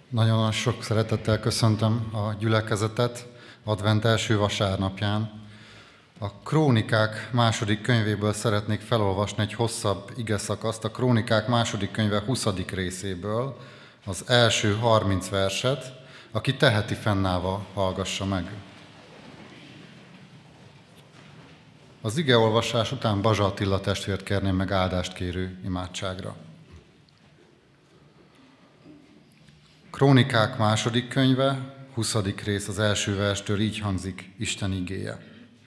Nagyon sok szeretettel köszöntöm a gyülekezetet advent első vasárnapján. A Krónikák második könyvéből szeretnék felolvasni egy hosszabb igeszakaszt, a Krónikák második könyve 20. részéből, az első 30 verset, aki teheti fennállva hallgassa meg. Az igeolvasás után Bazsa Attila testvért kérném meg áldást kérő imádságra. Krónikák második könyve, 20. rész az első verstől így hangzik Isten igéje.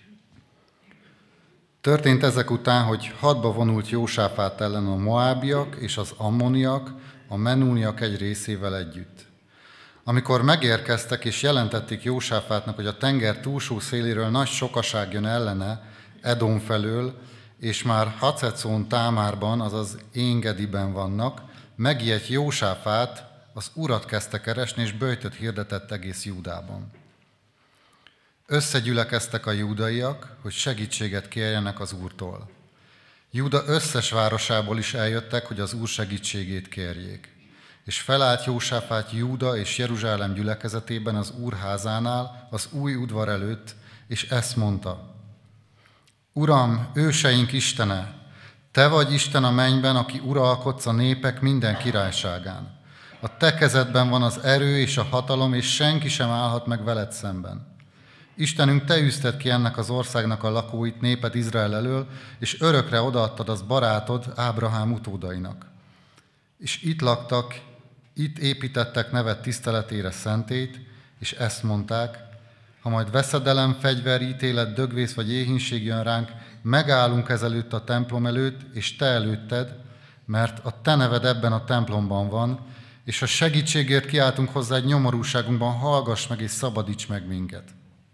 Történt ezek után, hogy hadba vonult Jósáfát ellen a moábiak és az ammoniak, a menúniak egy részével együtt. Amikor megérkeztek és jelentették Jósáfátnak, hogy a tenger túlsó széléről nagy sokaság jön ellene, Edom felől, és már Hacecón Támárban, azaz Éngediben vannak, megijedt Jósáfát, az Urat kezdte keresni, és böjtöt hirdetett egész Júdában. Összegyülekeztek a júdaiak, hogy segítséget kérjenek az Úrtól. Júda összes városából is eljöttek, hogy az Úr segítségét kérjék. És felállt Jósáfát Júda és Jeruzsálem gyülekezetében az Úr házánál, az új udvar előtt, és ezt mondta: Uram, őseink Istene, Te vagy Isten a mennyben, aki uralkodsz a népek minden királyságán. A Te kezedben van az erő és a hatalom, és senki sem állhat meg veled szemben. Istenünk, Te űzted ki ennek az országnak a lakóit, néped Izrael elől, és örökre odaadtad az barátod Ábrahám utódainak. És itt laktak, itt építettek neved tiszteletére szentét, és ezt mondták: ha majd veszedelem, fegyver, ítélet, dögvész vagy éhínség jön ránk, megállunk ezelőtt a templom előtt, és Te előtted, mert a Te neved ebben a templomban van, és ha segítségért kiáltunk hozzá egy nyomorúságunkban, hallgass meg és szabadíts meg minket.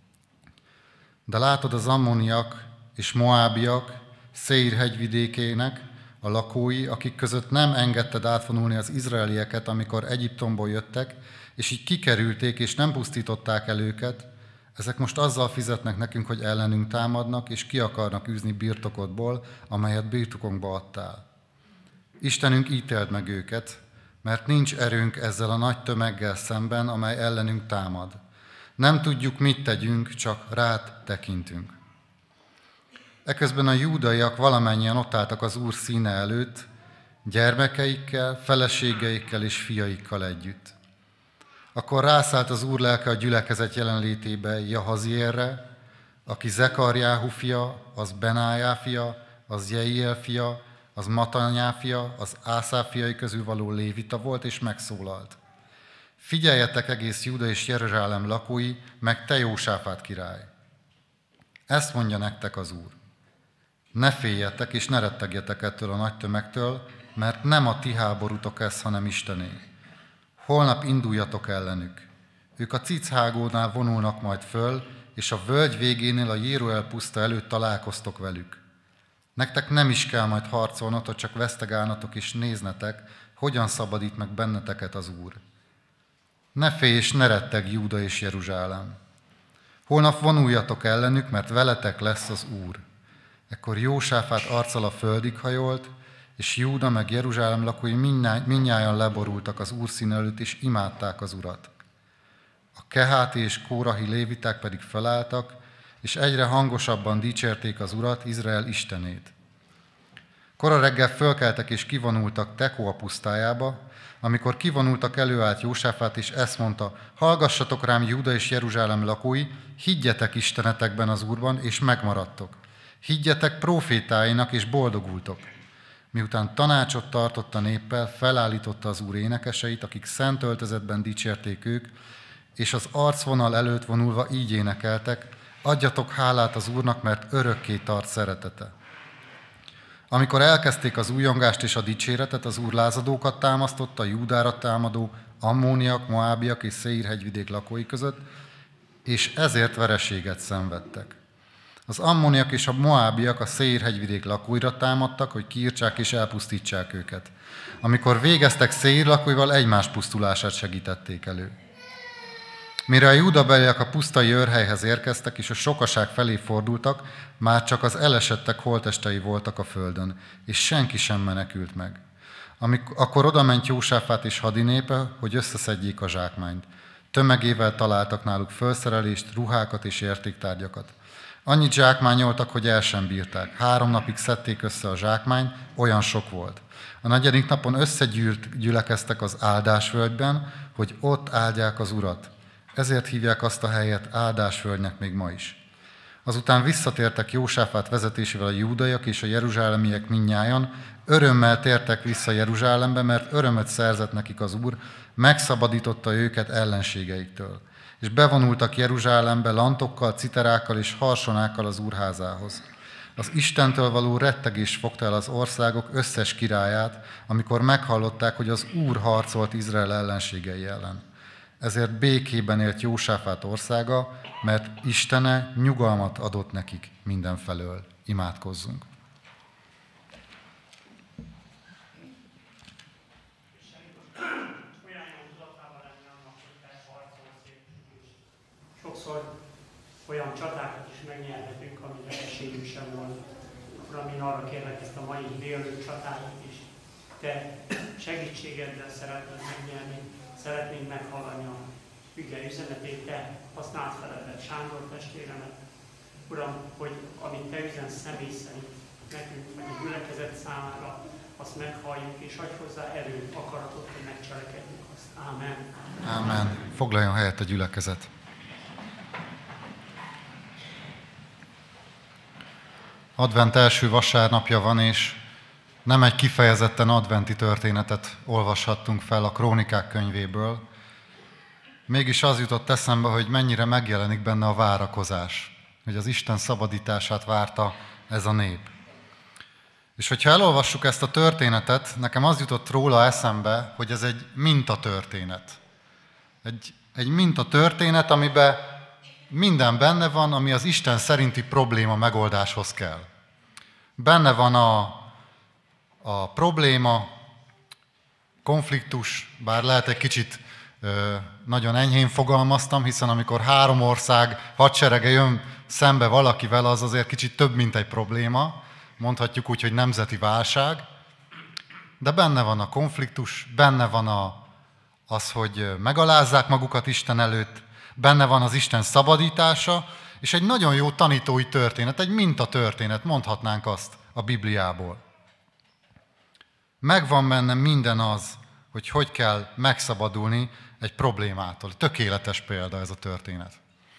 De látod, az ammoniak és moábiak Széír hegyvidékének a lakói, akik között nem engedted átvonulni az izraelieket, amikor Egyiptomból jöttek, és így kikerülték, és nem pusztították el őket, ezek most azzal fizetnek nekünk, hogy ellenünk támadnak, és ki akarnak űzni birtokodból, amelyet birtokunkba adtál. Istenünk, ítéld meg őket, mert nincs erőnk ezzel a nagy tömeggel szemben, amely ellenünk támad. Nem tudjuk, mit tegyünk, csak rád tekintünk. Eközben a júdaiak valamennyien ott álltak az Úr színe előtt, gyermekeikkel, feleségeikkel és fiaikkal együtt. Akkor rászállt az Úr lelke a gyülekezet jelenlétébe Jahazielre, aki Zekarjáhu fia, az Benájá fia, az Jeiel fia, az Matanyá fia, az Ászáf fiai közül való lévita volt, és megszólalt: Figyeljetek egész Júda és Jeruzsálem lakói, meg te Jósáfát király! Ezt mondja nektek az Úr: ne féljetek és ne rettegjetek ettől a nagy tömegtől, mert nem a ti háborútok ez, hanem Istené. Holnap induljatok ellenük. Ők a Cichágónál vonulnak majd föl, és a völgy végénél a Jéruel puszta előtt találkoztok velük. Nektek nem is kell majd harcolnotok, csak vesztegálnatok és néznetek, hogyan szabadít meg benneteket az Úr. Ne félj és ne retteg, Júda és Jeruzsálem. Holnap vonuljatok ellenük, mert veletek lesz az Úr. Ekkor Jósáfát arccal a földig hajolt, és Júda meg Jeruzsálem lakói mindnyájan leborultak az Úr színe előtt, és imádták az Urat. A keháti és kórahi léviták pedig felálltak, és egyre hangosabban dicsérték az Urat, Izrael Istenét. Kora reggel fölkeltek és kivonultak Tekóa pusztájába. Amikor kivonultak, előállt Jósáfát, és ezt mondta: hallgassatok rám, Júda és Jeruzsálem lakói, higgyetek istenetekben az Úrban, és megmaradtok. Higgyetek prófétáinak, és boldogultok. Miután tanácsot tartott a néppel, felállította az Úr énekeseit, akik szent öltözetben dicsérték ők, és az arcvonal előtt vonulva így énekeltek: adjatok hálát az Úrnak, mert örökké tart szeretete. Amikor elkezdték az újongást és a dicséretet, az Úr lázadókat támasztotta Júdára támadó ammóniak, moábiak és Széír hegyvidék lakói között, és ezért vereséget szenvedtek. Az ammóniak és a moábiak a Széír hegyvidék lakóira támadtak, hogy kiírtsák és elpusztítsák őket. Amikor végeztek Széír lakóival, egymás pusztulását segítették elő. Mire a júdabeliek a pusztai őrhelyhez érkeztek, és a sokaság felé fordultak, már csak az elesettek holttestei voltak a földön, és senki sem menekült meg. Akkor odament Jósáfát és hadinépe, hogy összeszedjék a zsákmányt. Tömegével találtak náluk felszerelést, ruhákat és értéktárgyakat. Annyit zsákmányoltak, hogy el sem bírták. 3 napig szedték össze a zsákmányt, olyan sok volt. A 4. napon összegyülekeztek az áldásvölgyben, hogy ott áldják az Urat. Ezért hívják azt a helyet áldásvölgynek még ma is. Azután visszatértek Jósáfát vezetésével a júdaiak és a jeruzsálemiek mindnyájan, örömmel tértek vissza Jeruzsálembe, mert örömöt szerzett nekik az Úr, megszabadította őket ellenségeiktől. És bevonultak Jeruzsálembe lantokkal, citerákkal és harsonákkal az Úrházához. Az Istentől való rettegés fogta el az országok összes királyát, amikor meghallották, hogy az Úr harcolt Izrael ellenségei ellen. Ezért békében élt Jósáfát országa, mert Istene nyugalmat adott nekik mindenfelől. Imádkozzunk! Sokszor olyan csatákat is megnyerhetünk, amire esélyünk sem van. Uram, én arra kérlek ezt a mai délelőtt csatáit is. Te segítségeddel szeretnénk megnyerni, szeretnénk meghallani a ige üzenetét, te használd fel ebben Sándor testvéremet. Uram, hogy amit te üzensz személy szerint nekünk, vagy a gyülekezet számára, azt meghalljuk, és adj hozzá erőt, akaratot, hogy megcselekedjük azt. Ámen. Ámen. Foglaljon helyet a gyülekezet. Advent első vasárnapja van, és nem egy kifejezetten adventi történetet olvashattunk fel a Krónikák könyvéből. Mégis az jutott eszembe, hogy mennyire megjelenik benne a várakozás, hogy az Isten szabadítását várta ez a nép. És hogyha elolvassuk ezt a történetet, nekem az jutott róla eszembe, hogy ez egy mintatörténet. Egy mintatörténet, amiben minden benne van, ami az Isten szerinti probléma megoldáshoz kell. Benne van a probléma, konfliktus, bár lehet egy kicsit nagyon enyhén fogalmaztam, hiszen amikor 3 ország hadserege jön szembe valakivel, az azért kicsit több, mint egy probléma, mondhatjuk úgy, hogy nemzeti válság, de benne van a konfliktus, benne van az, hogy megalázzák magukat Isten előtt, benne van az Isten szabadítása, és egy nagyon jó tanítói történet, egy mintatörténet, mondhatnánk azt a Bibliából. Megvan benne minden az, hogy kell megszabadulni egy problémától. Tökéletes példa ez a történet.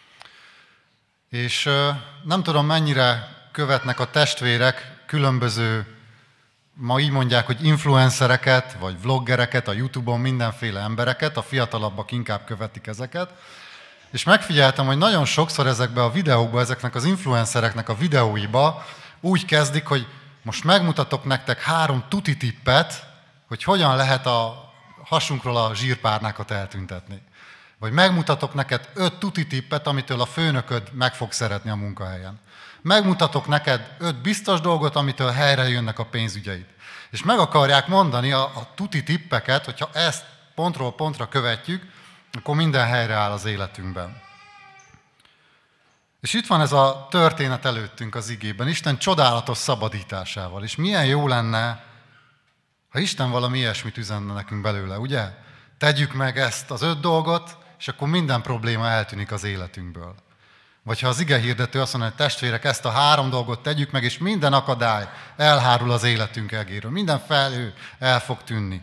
És nem tudom, mennyire követnek a testvérek különböző, ma így mondják, hogy influencereket, vagy vloggereket, a YouTube-on mindenféle embereket, a fiatalabbak inkább követik ezeket, és megfigyeltem, hogy nagyon sokszor ezekben a videókban, ezeknek az influencereknek a videóiba úgy kezdik, hogy most megmutatok nektek 3 tuti tippet, hogy hogyan lehet a hasunkról a zsírpárnákat eltüntetni. Vagy megmutatok neked 5 tuti tippet, amitől a főnököd meg fog szeretni a munkahelyen. Megmutatok neked 5 biztos dolgot, amitől helyre jönnek a pénzügyeid. És meg akarják mondani a tuti tippeket, hogyha ezt pontról pontra követjük, akkor minden helyre áll az életünkben. És itt van ez a történet előttünk az igében, Isten csodálatos szabadításával. És milyen jó lenne, ha Isten valami ilyesmit üzenne nekünk belőle, ugye? Tegyük meg ezt az 5 dolgot, és akkor minden probléma eltűnik az életünkből. Vagy ha az igehirdető azt mondja, hogy testvérek, ezt a 3 dolgot tegyük meg, és minden akadály elhárul az életünk egéről. Minden felhő el fog tűnni.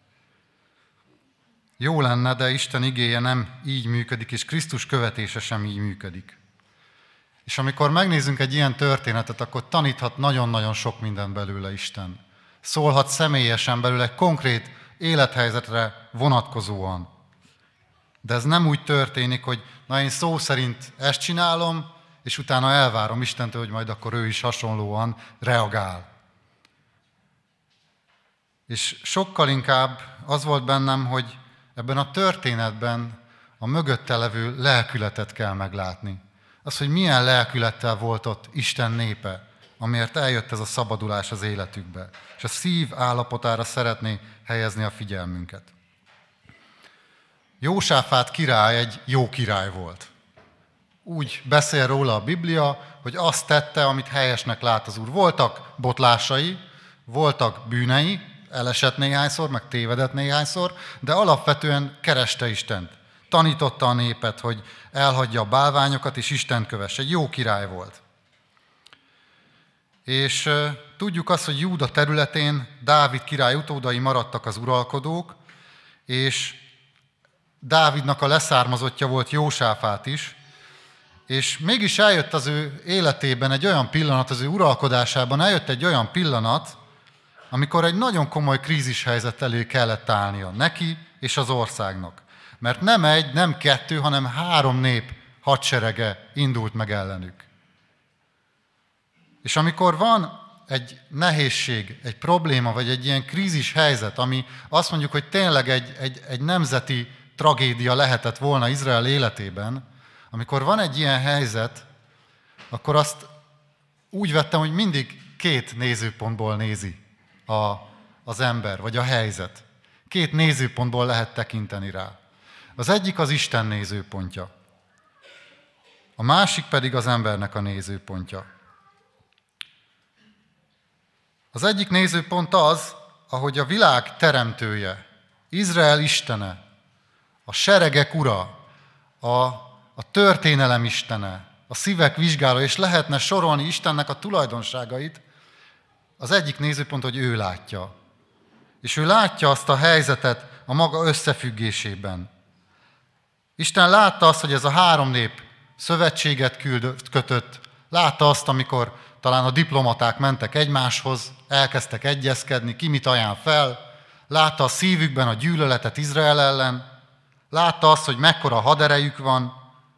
Jó lenne, de Isten igéje nem így működik, és Krisztus követése sem így működik. És amikor megnézzünk egy ilyen történetet, akkor taníthat nagyon-nagyon sok mindent belőle Isten. Szólhat személyesen belőle egy konkrét élethelyzetre vonatkozóan. De ez nem úgy történik, hogy na én szó szerint ezt csinálom, és utána elvárom Istentől, hogy majd akkor ő is hasonlóan reagál. És sokkal inkább az volt bennem, hogy ebben a történetben a mögötte levő lelkületet kell meglátni. Az, hogy milyen lelkülettel volt ott Isten népe, amiért eljött ez a szabadulás az életükbe. És a szív állapotára szeretné helyezni a figyelmünket. Jósáfát király egy jó király volt. Úgy beszél róla a Biblia, hogy azt tette, amit helyesnek lát az Úr. Voltak botlásai, voltak bűnei, elesett néhányszor, meg tévedett néhányszor, de alapvetően kereste Istent. Tanította a népet, hogy elhagyja a bálványokat, és Istent kövesse. Egy jó király volt. És tudjuk azt, hogy Júda területén Dávid király utódai maradtak az uralkodók, és Dávidnak a leszármazottja volt Jósáfát is, és mégis eljött az ő életében egy olyan pillanat, az ő uralkodásában eljött egy olyan pillanat, amikor egy nagyon komoly krízishelyzet elé kellett állnia neki és az országnak. Mert nem egy, nem kettő, hanem 3 nép hadserege indult meg ellenük. És amikor van egy nehézség, egy probléma, vagy egy ilyen krízis helyzet, ami azt mondjuk, hogy tényleg egy nemzeti tragédia lehetett volna Izrael életében, amikor van egy ilyen helyzet, akkor azt úgy vettem, hogy mindig 2 nézőpontból nézi az ember, vagy a helyzet. 2 nézőpontból lehet tekinteni rá. Az egyik az Isten nézőpontja. A másik pedig az embernek a nézőpontja. Az egyik nézőpont az, ahogy a világ teremtője, Izrael istene, a seregek ura, a történelem istene, a szívek vizsgáló, és lehetne sorolni Istennek a tulajdonságait, az egyik nézőpont, hogy ő látja. És ő látja azt a helyzetet a maga összefüggésében. Isten látta azt, hogy ez a 3 nép szövetséget kötött, látta azt, amikor talán a diplomaták mentek egymáshoz, elkezdtek egyezkedni, ki mit ajánl fel, látta a szívükben a gyűlöletet Izrael ellen, látta azt, hogy mekkora haderejük van.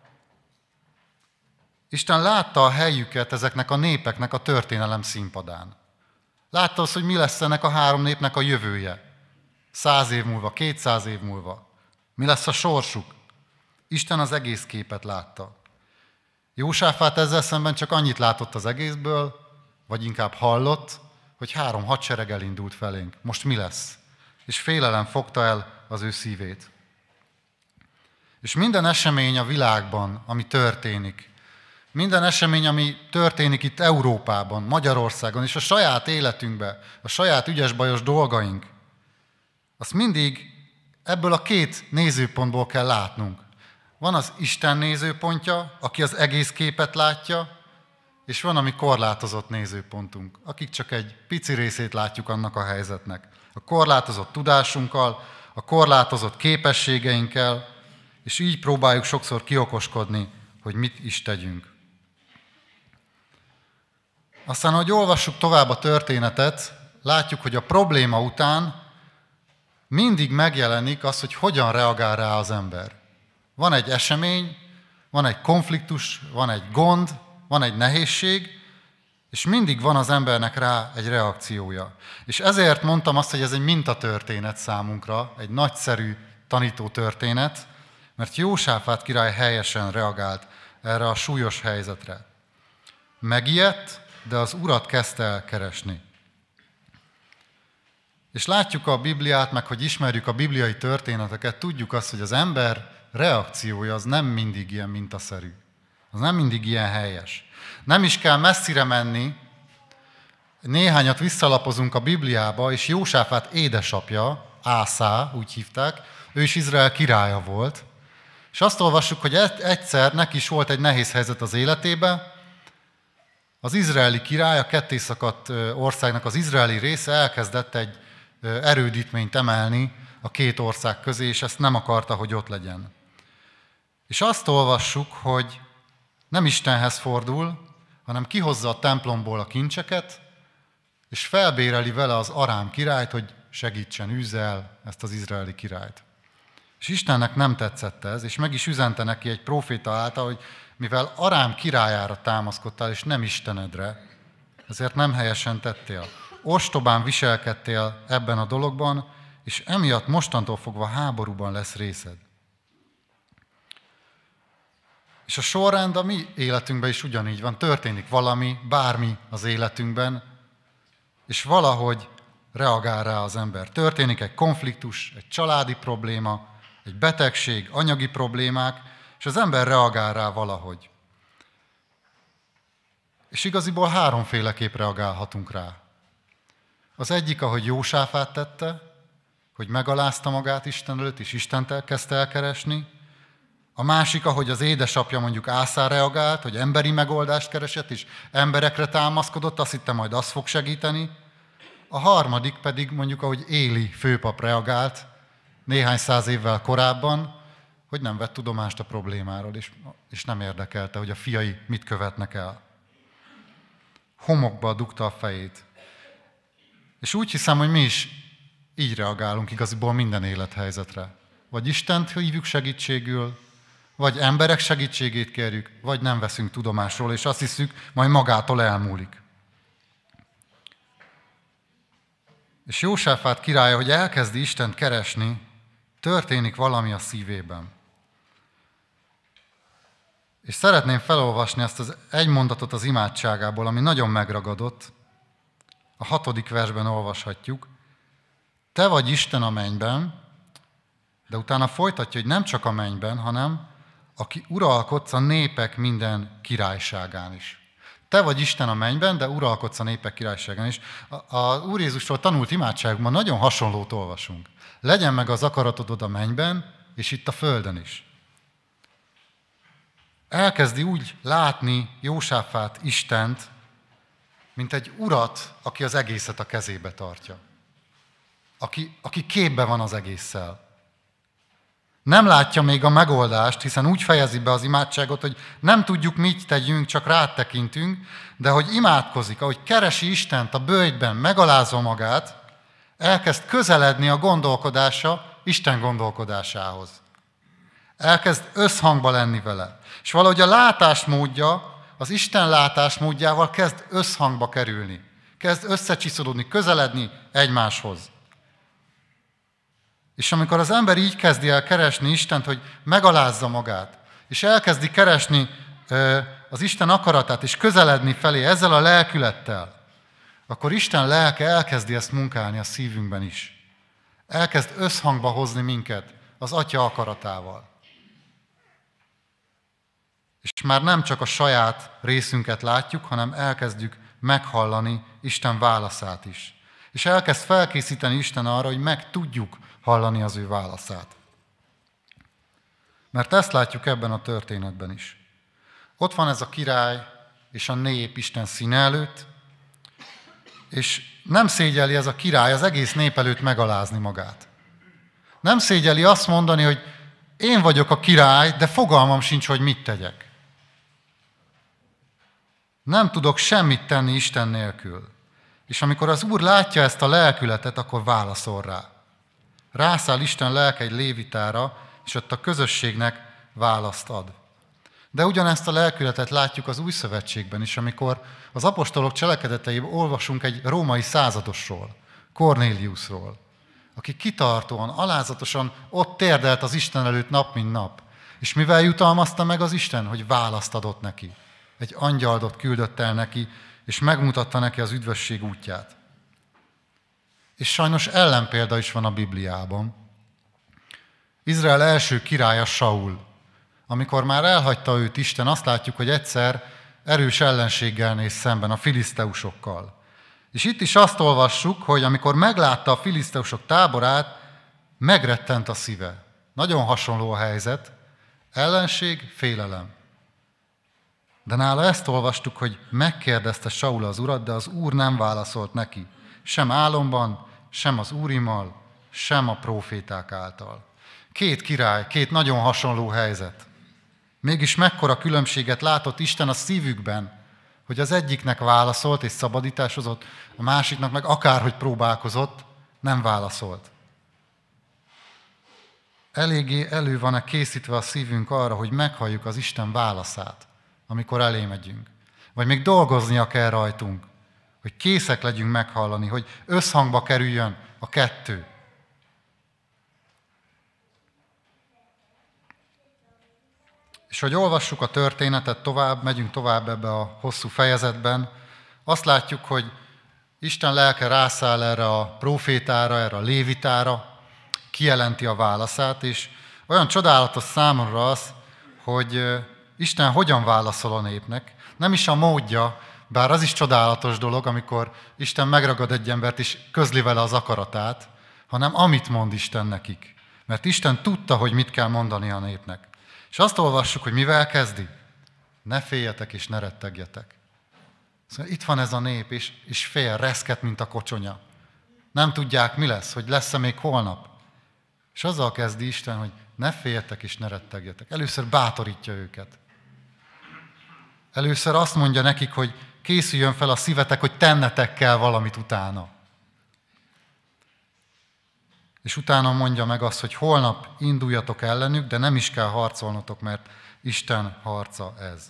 Isten látta a helyüket ezeknek a népeknek a történelem színpadán. Látta azt, hogy mi lesz ennek a 3 népnek a jövője. 100 év múlva, 200 év múlva. Mi lesz a sorsuk? Isten az egész képet látta. Jósáfát ezzel szemben csak annyit látott az egészből, vagy inkább hallott, hogy 3 hadsereg elindult felénk. Most mi lesz? És félelem fogta el az ő szívét. És minden esemény a világban, ami történik, minden esemény, ami történik itt Európában, Magyarországon, és a saját életünkben, a saját ügyes-bajos dolgaink, azt mindig ebből a 2 nézőpontból kell látnunk. Van az Isten nézőpontja, aki az egész képet látja, és van a mi korlátozott nézőpontunk, akik csak egy pici részét látjuk annak a helyzetnek. A korlátozott tudásunkkal, a korlátozott képességeinkkel, és így próbáljuk sokszor kiokoskodni, hogy mit is tegyünk. Aztán, ahogy olvassuk tovább a történetet, látjuk, hogy a probléma után mindig megjelenik az, hogy hogyan reagál rá az ember. Van egy esemény, van egy konfliktus, van egy gond, van egy nehézség, és mindig van az embernek rá egy reakciója. És ezért mondtam azt, hogy ez egy mintatörténet számunkra, egy nagyszerű tanítótörténet, mert Jósáfát király helyesen reagált erre a súlyos helyzetre. Megijedt, de az Urat kezdte el keresni. És látjuk a Bibliát, meg hogy ismerjük a bibliai történeteket, tudjuk azt, hogy az ember reakciója az nem mindig ilyen mintaszerű. Az nem mindig ilyen helyes. Nem is kell messzire menni, néhányat visszalapozunk a Bibliába, és Jósáfát édesapja, Ászá, úgy hívták, ő is Izrael királya volt. És azt olvassuk, hogy egyszer neki is volt egy nehéz helyzet az életében. Az izraeli király, a kettészakadt országnak az izraeli része elkezdett egy erődítményt emelni a 2 ország közé, és ezt nem akarta, hogy ott legyen. És azt olvassuk, hogy nem Istenhez fordul, hanem kihozza a templomból a kincseket, és felbéreli vele az arám királyt, hogy segítsen, űzze el ezt az izraeli királyt. És Istennek nem tetszett ez, és meg is üzente neki egy próféta által, hogy mivel Arám királyára támaszkodtál, és nem Istenedre, ezért nem helyesen tettél. Ostobán viselkedtél ebben a dologban, és emiatt mostantól fogva háborúban lesz részed. És a sorrend a mi életünkben is ugyanígy van. Történik valami, bármi az életünkben, és valahogy reagál rá az ember. Történik egy konfliktus, egy családi probléma, egy betegség, anyagi problémák, és az ember reagál rá valahogy. És igaziból 3-féleképp reagálhatunk rá. Az egyik, ahogy Jósáfát tette, hogy megalázta magát Isten előtt, és Istent kezdte elkeresni. A másik, ahogy az édesapja mondjuk Ásá reagált, hogy emberi megoldást keresett, és emberekre támaszkodott, azt hitte, majd az fog segíteni. A harmadik pedig mondjuk, ahogy Éli főpap reagált néhány száz évvel korábban, hogy nem vett tudomást a problémáról, és nem érdekelte, hogy a fiai mit követnek el. Homokba dugta a fejét. És úgy hiszem, hogy mi is így reagálunk igaziból minden élethelyzetre. Vagy Istent hívjuk segítségül, vagy emberek segítségét kérjük, vagy nem veszünk tudomásról, és azt hiszük, majd magától elmúlik. És Jósáfát királya, hogy elkezdi Istent keresni, történik valami a szívében. És szeretném felolvasni ezt az egy mondatot az imádságából, ami nagyon megragadott. A 6. versben olvashatjuk. Te vagy Isten a mennyben, de utána folytatja, hogy nem csak a mennyben, hanem aki uralkodsz a népek minden királyságán is. Te vagy Isten a mennyben, de uralkodsz a népek királyságán is. Az Úr Jézusról tanult imádságban nagyon hasonlót olvasunk. Legyen meg az akaratod a mennyben, és itt a földön is. Elkezdi úgy látni Jósáfát, Istent, mint egy urat, aki az egészet a kezébe tartja. Aki képbe van az egésszel. Nem látja még a megoldást, hiszen úgy fejezi be az imádságot, hogy nem tudjuk, mit tegyünk, csak rád tekintünk, de hogy imádkozik, ahogy keresi Istent a böjtben, megalázza magát, elkezd közeledni a gondolkodása Isten gondolkodásához. Elkezd összhangba lenni vele. És valahogy a látásmódja, az Isten látásmódjával kezd összhangba kerülni. Kezd összecsiszolódni, közeledni egymáshoz. És amikor az ember így kezdi el keresni Istent, hogy megalázza magát, és elkezdi keresni az Isten akaratát, és közeledni felé ezzel a lelkülettel, akkor Isten lelke elkezdi ezt munkálni a szívünkben is. Elkezd összhangba hozni minket az Atya akaratával. És már nem csak a saját részünket látjuk, hanem elkezdjük meghallani Isten válaszát is. És elkezd felkészíteni Isten arra, hogy meg tudjuk hallani az ő válaszát. Mert ezt látjuk ebben a történetben is. Ott van ez a király és a nép Isten színe előtt, és nem szégyeli ez a király az egész nép előtt megalázni magát. Nem szégyeli azt mondani, hogy én vagyok a király, de fogalmam sincs, hogy mit tegyek. Nem tudok semmit tenni Isten nélkül. És amikor az Úr látja ezt a lelkületet, akkor válaszol rá. Rászáll Isten lelke egy lévitára, és ott a közösségnek választ ad. De ugyanezt a lelkületet látjuk az Új Szövetségben is, amikor az apostolok cselekedeteiben olvasunk egy római századosról, Kornéliusról, aki kitartóan, alázatosan ott térdelt az Isten előtt nap, mint nap. És mivel jutalmazta meg az Isten, hogy választ adott neki. Egy angyaldot küldött el neki, és megmutatta neki az üdvösség útját. És sajnos ellenpélda is van a Bibliában. Izrael első királya Saul. Amikor már elhagyta őt Isten, azt látjuk, hogy egyszer erős ellenséggel néz szemben, a filiszteusokkal. És itt is azt olvassuk, hogy amikor meglátta a filiszteusok táborát, megrettent a szíve. Nagyon hasonló a helyzet. Ellenség, félelem. De nála ezt olvastuk, hogy megkérdezte Saul az Urat, de az Úr nem válaszolt neki. Sem álomban, sem az Úrimmal, sem a próféták által. Két király, két nagyon hasonló helyzet. Mégis mekkora különbséget látott Isten a szívükben, hogy az egyiknek válaszolt és szabadításhozott, a másiknak meg akárhogy próbálkozott, nem válaszolt. Eléggé elő van-e készítve a szívünk arra, hogy meghalljuk az Isten válaszát, amikor elé megyünk. Vagy még dolgoznia kell rajtunk, hogy készek legyünk meghallani, hogy összhangba kerüljön a kettő. És hogy olvassuk a történetet tovább, megyünk tovább ebbe a hosszú fejezetben, azt látjuk, hogy Isten lelke rászáll erre a prófétára, erre a lévitára, kijelenti a válaszát, és olyan csodálatos számomra az, hogy Isten hogyan válaszol a népnek. Nem is a módja, bár az is csodálatos dolog, amikor Isten megragad egy embert és közli vele az akaratát, hanem amit mond Isten nekik. Mert Isten tudta, hogy mit kell mondani a népnek. És azt olvassuk, hogy mivel kezdi? Ne féljetek és ne rettegjetek. Szóval itt van ez a nép, és fél, reszket, mint a kocsonya. Nem tudják, mi lesz, hogy lesz-e még holnap. És azzal kezdi Isten, hogy ne féljetek és ne rettegjetek. Először bátorítja őket. Először azt mondja nekik, hogy készüljön fel a szívetek, hogy tennetek kell valamit utána. És utána mondja meg azt, hogy holnap induljatok ellenük, de nem is kell harcolnotok, mert Isten harca ez.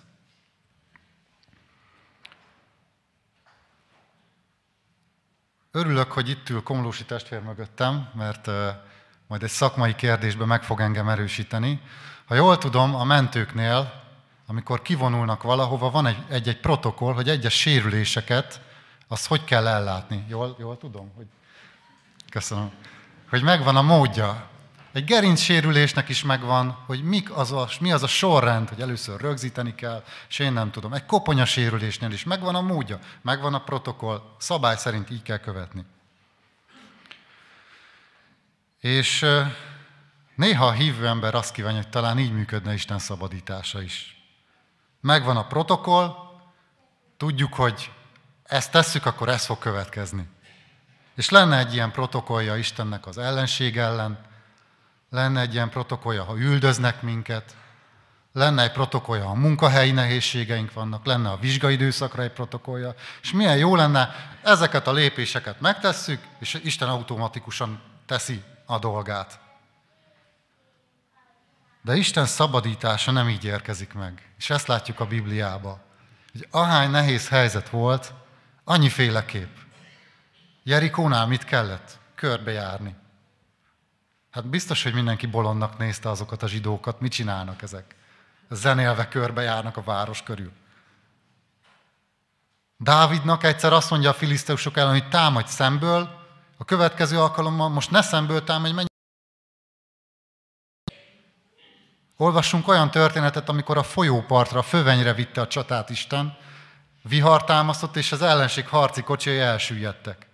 Örülök, hogy itt ül Komlósi testvér mögöttem, mert majd egy szakmai kérdésben meg fog engem erősíteni. Ha jól tudom, a mentőknél, amikor kivonulnak valahova, van egy protokoll, hogy egyes sérüléseket, azt hogy kell ellátni. Jól tudom? Köszönöm. Hogy megvan a módja. Egy gerincsérülésnek is megvan, hogy mi az a sorrend, hogy először rögzíteni kell, és én nem tudom. Egy koponyasérülésnél is megvan a módja, megvan a protokoll, szabály szerint így kell követni. És néha a hívő ember azt kívánja, hogy talán így működne Isten szabadítása is. Megvan a protokoll, tudjuk, hogy ezt tesszük, akkor ez fog következni. És lenne egy ilyen protokollja Istennek az ellenség ellen, lenne egy ilyen protokollja, ha üldöznek minket, lenne egy protokollja, ha munkahelyi nehézségeink vannak, lenne a vizsgaidőszakra egy protokollja, és milyen jó lenne, ezeket a lépéseket megtesszük, és Isten automatikusan teszi a dolgát. De Isten szabadítása nem így érkezik meg. És ezt látjuk a Bibliában, hogy ahány nehéz helyzet volt, annyiféleképp. Jerikónál mit kellett? Körbejárni. Hát biztos, hogy mindenki bolondnak nézte azokat a zsidókat, mit csinálnak ezek. Zenélve körbejárnak a város körül. Dávidnak egyszer azt mondja a filiszteusok ellen, hogy támadj szemből, a következő alkalommal most ne szemből támadj, menj. Olvassunk olyan történetet, amikor a folyópartra, a fövenyre vitte a csatát Isten, vihar támasztott, és az ellenség harci kocsijai elsüllyedtek.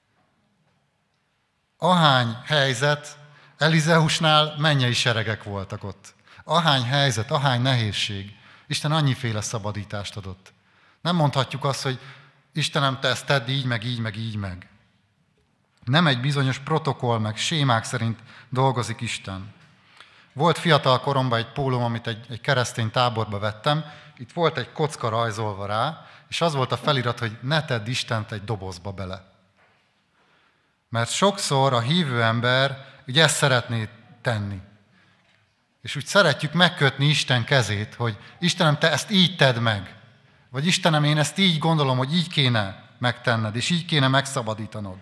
Ahány helyzet, Elizeusnál mennyei seregek voltak ott. Ahány helyzet, ahány nehézség, Isten annyiféle szabadítást adott. Nem mondhatjuk azt, hogy Istenem, te ezt tedd így, meg így, meg így, meg. Nem egy bizonyos protokoll, meg sémák szerint dolgozik Isten. Volt fiatal koromban egy pólóm, amit egy keresztény táborba vettem, itt volt egy kocka rajzolva rá, és az volt a felirat, hogy ne tedd Istent egy dobozba bele. Mert sokszor a hívő ember ugye ezt szeretné tenni. És úgy szeretjük megkötni Isten kezét, hogy Istenem, te ezt így tedd meg. Vagy Istenem, én ezt így gondolom, hogy így kéne megtenned, és így kéne megszabadítanod.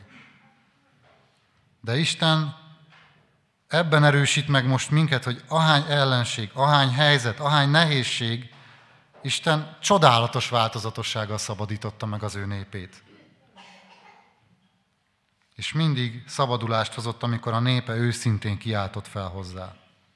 De Isten ebben erősít meg most minket, hogy ahány ellenség, ahány helyzet, ahány nehézség, Isten csodálatos változatossággal szabadította meg az ő népét. És mindig szabadulást hozott, amikor a népe őszintén kiáltott fel hozzá.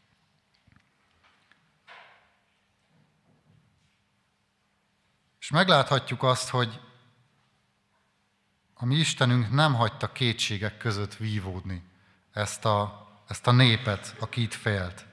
És megláthatjuk azt, hogy a mi Istenünk nem hagyta kétségek között vívódni ezt a népet, aki itt félt,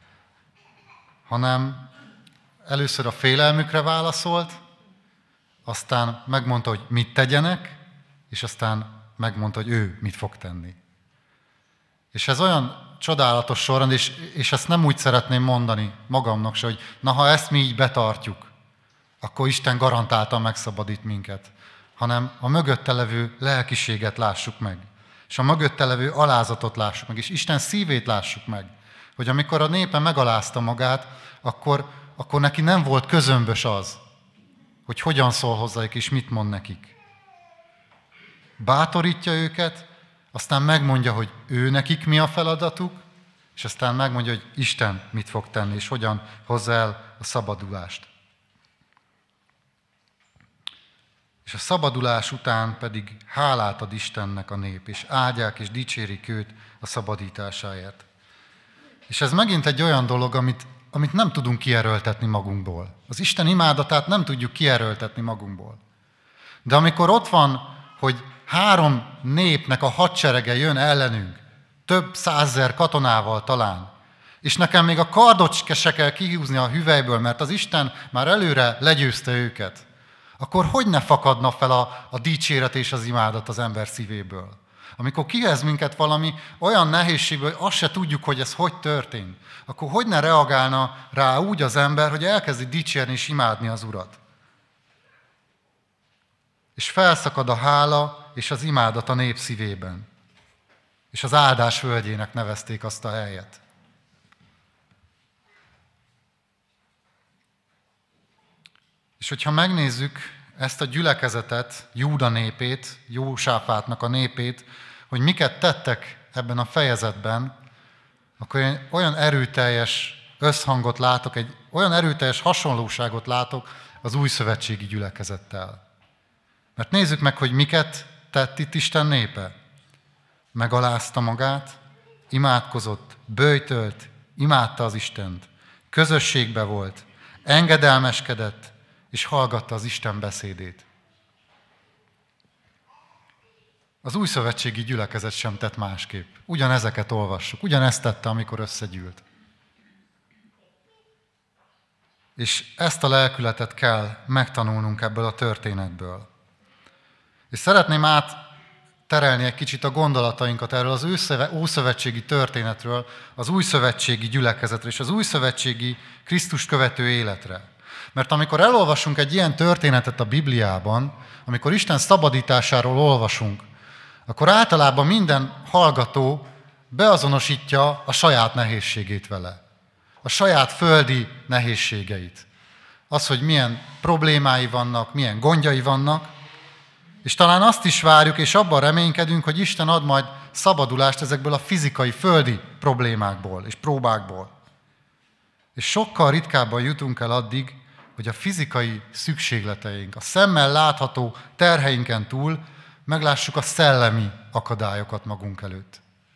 hanem először a félelmükre válaszolt, aztán megmondta, hogy mit tegyenek, és aztán megmondta, hogy ő mit fog tenni. És ez olyan csodálatos sorrend, és ezt nem úgy szeretném mondani magamnak se, hogy na, ha ezt mi így betartjuk, akkor Isten garantáltan megszabadít minket, hanem a mögötte levő lelkiséget lássuk meg, és a mögötte levő alázatot lássuk meg, és Isten szívét lássuk meg, hogy amikor a népe megalázta magát, akkor neki nem volt közömbös az, hogy hogyan szól hozzájuk, és mit mond nekik. Bátorítja őket, aztán megmondja, hogy ő nekik mi a feladatuk, és aztán megmondja, hogy Isten mit fog tenni, és hogyan hozza el a szabadulást. És a szabadulás után pedig hálát ad Istennek a nép, és áldják és dicsérik őt a szabadításáért. És ez megint egy olyan dolog, amit nem tudunk kierőltetni magunkból. Az Isten imádatát nem tudjuk kierőltetni magunkból. De amikor ott van, hogy 3 népnek a hadserege jön ellenünk, több 100 000 katonával talán, és nekem még a kardot se kell kihúzni a hüvelyből, mert az Isten már előre legyőzte őket, akkor hogy ne fakadna fel a dicséret és az imádat az ember szívéből? Amikor kihez minket valami olyan nehézségből, hogy azt se tudjuk, hogy ez hogy történt, akkor hogy ne reagálna rá úgy az ember, hogy elkezdi dicsérni és imádni az Urat? És felszakad a hála és az imádat a nép szívében. És az áldás völgyének nevezték azt a helyet. És hogyha megnézzük ezt a gyülekezetet, Júda népét, Jósáfátnak a népét, hogy miket tettek ebben a fejezetben, akkor én olyan erőteljes összhangot látok, egy olyan erőteljes hasonlóságot látok az újszövetségi gyülekezettel. Mert nézzük meg, hogy miket tett itt Isten népe. Megalázta magát, imádkozott, böjtölt, imádta az Istent, közösségbe volt, engedelmeskedett, és hallgatta az Isten beszédét. Az újszövetségi gyülekezet sem tett másképp. Ugyanezeket olvassuk, ugyanezt tette, amikor összegyűlt. És ezt a lelkületet kell megtanulnunk ebből a történetből. És szeretném átterelni egy kicsit a gondolatainkat erről az ószövetségi történetről, az újszövetségi gyülekezetre és az újszövetségi Krisztust követő életre. Mert amikor elolvasunk egy ilyen történetet a Bibliában, amikor Isten szabadításáról olvasunk, akkor általában minden hallgató beazonosítja a saját nehézségét vele. A saját földi nehézségeit. Az, hogy milyen problémái vannak, milyen gondjai vannak, és talán azt is várjuk, és abban reménykedünk, hogy Isten ad majd szabadulást ezekből a fizikai, földi problémákból és próbákból. És sokkal ritkábban jutunk el addig, hogy a fizikai szükségleteink, a szemmel látható terheinken túl meglássuk a szellemi akadályokat magunk előtt.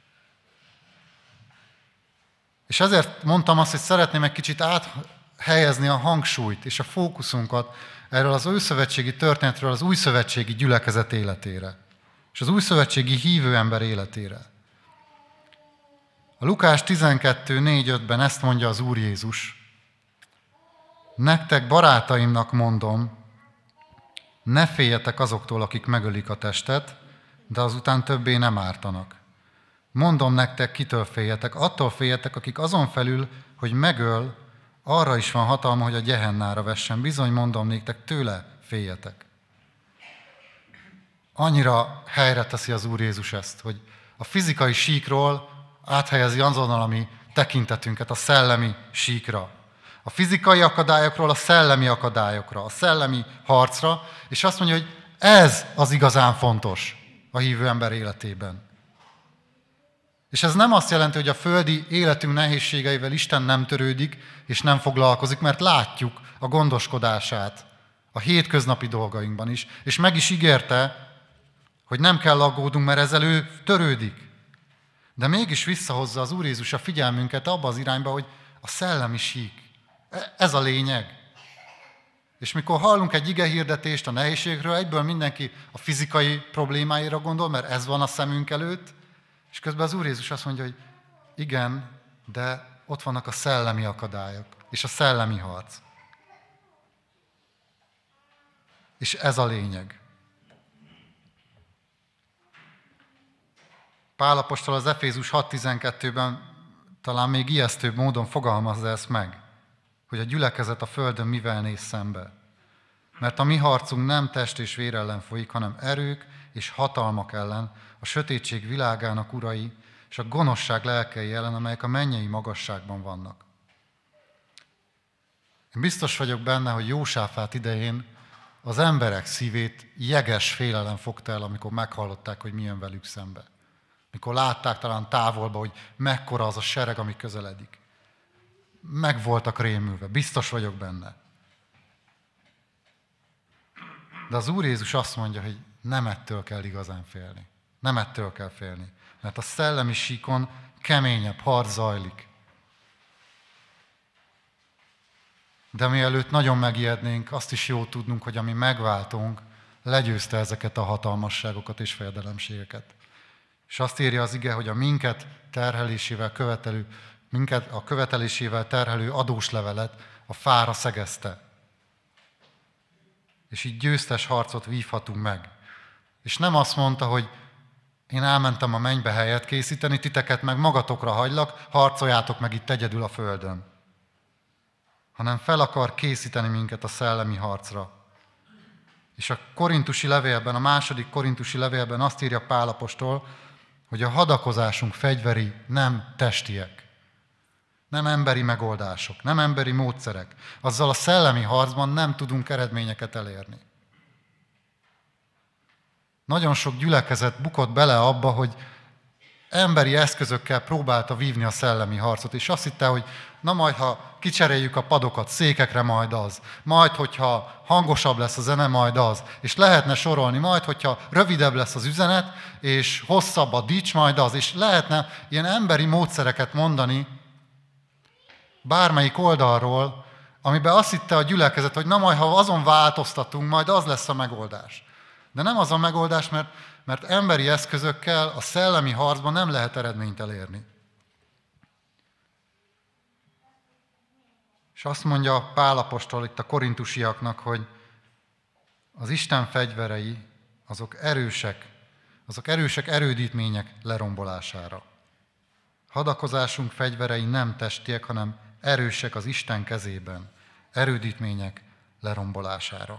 És ezért mondtam azt, hogy szeretném egy kicsit áthelyezni a hangsúlyt és a fókuszunkat erről az újszövetségi történetről az újszövetségi gyülekezet életére, és az újszövetségi hívő ember életére. A Lukás 12:4-5-ben ezt mondja az Úr Jézus: nektek, barátaimnak mondom, ne féljetek azoktól, akik megölik a testet, de azután többé nem ártanak. Mondom nektek, kitől féljetek, attól féljetek, akik azon felül, hogy megöl, arra is van hatalma, hogy a Gehennára vessen. Bizony, mondom néktek, tőle féljetek. Annyira helyre teszi az Úr Jézus ezt, hogy a fizikai síkról áthelyezi azonnal a mi tekintetünket a szellemi síkra. A fizikai akadályokról a szellemi akadályokra, a szellemi harcra, és azt mondja, hogy ez az igazán fontos a hívő ember életében. És ez nem azt jelenti, hogy a földi életünk nehézségeivel Isten nem törődik, és nem foglalkozik, mert látjuk a gondoskodását a hétköznapi dolgainkban is, és meg is ígérte, hogy nem kell aggódnunk, mert ezzel ő törődik. De mégis visszahozza az Úr Jézus a figyelmünket abba az irányba, hogy a szellemi sík. Ez a lényeg. És mikor hallunk egy igehirdetést a nehézségről, egyből mindenki a fizikai problémáira gondol, mert ez van a szemünk előtt, és közben az Úr Jézus azt mondja, hogy igen, de ott vannak a szellemi akadályok, és a szellemi harc. És ez a lényeg. Pál apostol az Efézus 6:12-ben talán még ijesztőbb módon fogalmazza ezt meg, hogy a gyülekezet a földön mivel néz szembe. Mert a mi harcunk nem test és vér ellen folyik, hanem erők és hatalmak ellen, a sötétség világának urai és a gonoszság lelkei ellen, amelyek a mennyei magasságban vannak. Én biztos vagyok benne, hogy Jósáfát idején az emberek szívét jeges félelem fogta el, amikor meghallották, hogy mi jön velük szembe. Mikor látták talán távolba, hogy mekkora az a sereg, ami közeledik. Meg voltak rémülve, biztos vagyok benne. De az Úr Jézus azt mondja, hogy nem ettől kell igazán félni. Nem ettől kell félni. Mert a szellemi síkon keményebb harc zajlik. De mielőtt nagyon megijednénk, azt is jó tudnunk, hogy ami megváltunk, legyőzte ezeket a hatalmasságokat és fejedelemségeket. És azt írja az ige, hogy a minket a követelésével terhelő adóslevelet a fára szegezte. És így győztes harcot vívhatunk meg. És nem azt mondta, hogy én elmentem a mennybe helyet készíteni, titeket meg magatokra hagylak, harcoljátok meg itt egyedül a földön. Hanem fel akar készíteni minket a szellemi harcra. És a korintusi levélben, a második korintusi levélben azt írja Pál apostol, hogy a hadakozásunk fegyveri nem testiek. Nem emberi megoldások, nem emberi módszerek. Azzal a szellemi harcban nem tudunk eredményeket elérni. Nagyon sok gyülekezet bukott bele abba, hogy emberi eszközökkel próbálta vívni a szellemi harcot, és azt hitte, hogy na majd, ha kicseréljük a padokat, székekre majd az, majd, hogyha hangosabb lesz a zene, majd az, és lehetne sorolni, majd, hogyha rövidebb lesz az üzenet, és hosszabb a dics, majd az, és lehetne ilyen emberi módszereket mondani bármelyik oldalról, amiben azt hitte a gyülekezet, hogy na majd, ha azon változtatunk, majd az lesz a megoldás. De nem az a megoldás, mert emberi eszközökkel a szellemi harcban nem lehet eredményt elérni. És azt mondja Pál apostol itt a korintusiaknak, hogy az Isten fegyverei, azok erősek erődítmények lerombolására. Hadakozásunk fegyverei nem testiek, hanem erősek az Isten kezében, erődítmények lerombolására.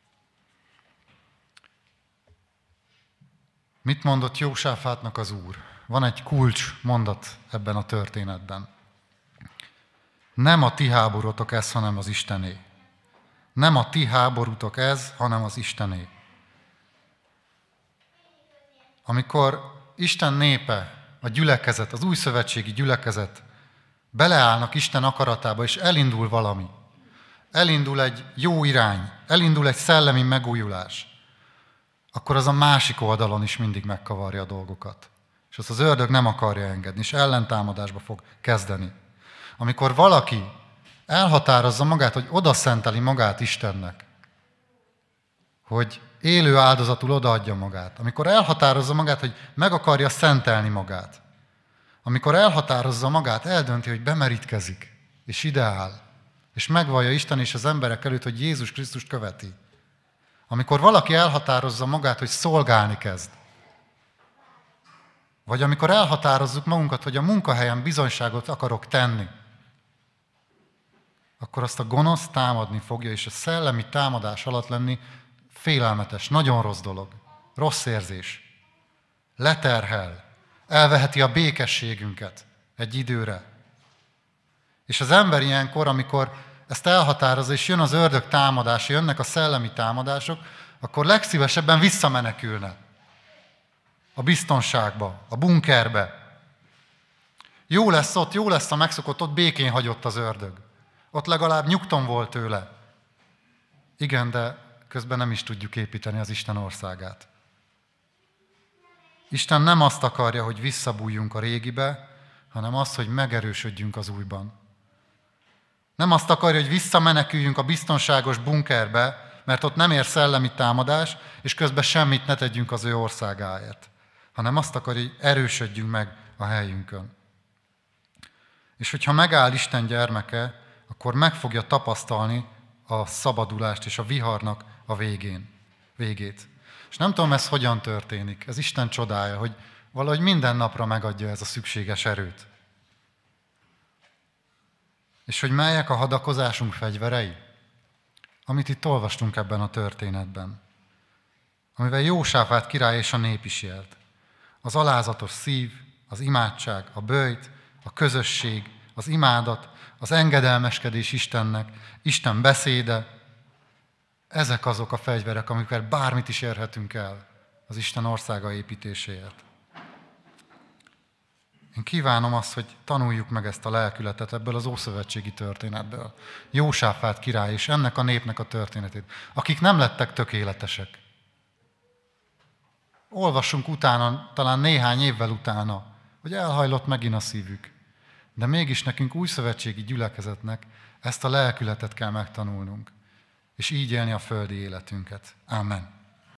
Mit mondott Jósáfátnak az Úr? Van egy kulcs mondat ebben a történetben. Nem a ti háborútok ez, hanem az Istené. Nem a ti háborútok ez, hanem az Istené. Amikor Isten népe, a gyülekezet, az újszövetségi gyülekezet beleállnak Isten akaratába, és elindul valami. Elindul egy jó irány, elindul egy szellemi megújulás, akkor az a másik oldalon is mindig megkavarja a dolgokat. És azt az ördög nem akarja engedni, és ellentámadásba fog kezdeni. Amikor valaki elhatározza magát, hogy odaszenteli magát Istennek, hogy élő áldozatul odaadja magát, amikor elhatározza magát, hogy meg akarja szentelni magát, amikor elhatározza magát, eldönti, hogy bemerítkezik, és ideáll, és megvallja Isten és az emberek előtt, hogy Jézus Krisztust követi. Amikor valaki elhatározza magát, hogy szolgálni kezd, vagy amikor elhatározzuk magunkat, hogy a munkahelyen bizonyságot akarok tenni, akkor azt a gonosz támadni fogja, és a szellemi támadás alatt lenni félelmetes, nagyon rossz dolog, rossz érzés. Leterhel, elveheti a békességünket egy időre. És az ember ilyenkor, amikor ezt elhatározza, és jön az ördög támadása, jönnek a szellemi támadások, akkor legszívesebben visszamenekülne a biztonságba, a bunkerbe. Jó lesz ott, jó lesz a megszokott, ott békén hagyott az ördög. Ott legalább nyugton volt tőle. Igen, de közben nem is tudjuk építeni az Isten országát. Isten nem azt akarja, hogy visszabújjunk a régibe, hanem azt, hogy megerősödjünk az újban. Nem azt akarja, hogy visszameneküljünk a biztonságos bunkerbe, mert ott nem ér szellemi támadás, és közben semmit ne tegyünk az ő országáért. Hanem azt akarja, hogy erősödjünk meg a helyünkön. És hogyha megáll Isten gyermeke, akkor meg fogja tapasztalni a szabadulást és a viharnak a végét. És nem tudom, ez hogyan történik. Ez Isten csodája, hogy valahogy minden napra megadja ez a szükséges erőt. És hogy melyek a hadakozásunk fegyverei? Amit itt olvastunk ebben a történetben. Amivel Jósáfát király és a nép is élt. Az alázatos szív, az imádság, a böjt, a közösség, az imádat, az engedelmeskedés Istennek, Isten beszéde. Ezek azok a fegyverek, amikkel bármit is érhetünk el az Isten országa építéséért. Én kívánom azt, hogy tanuljuk meg ezt a lelkületet ebből az ószövetségi történetből. Jósáfát király és ennek a népnek a történetét, akik nem lettek tökéletesek. Olvassunk utána, talán néhány évvel utána, hogy elhajlott megint a szívük. De mégis nekünk újszövetségi gyülekezetnek ezt a lelkületet kell megtanulnunk, és így élni a földi életünket. Amen.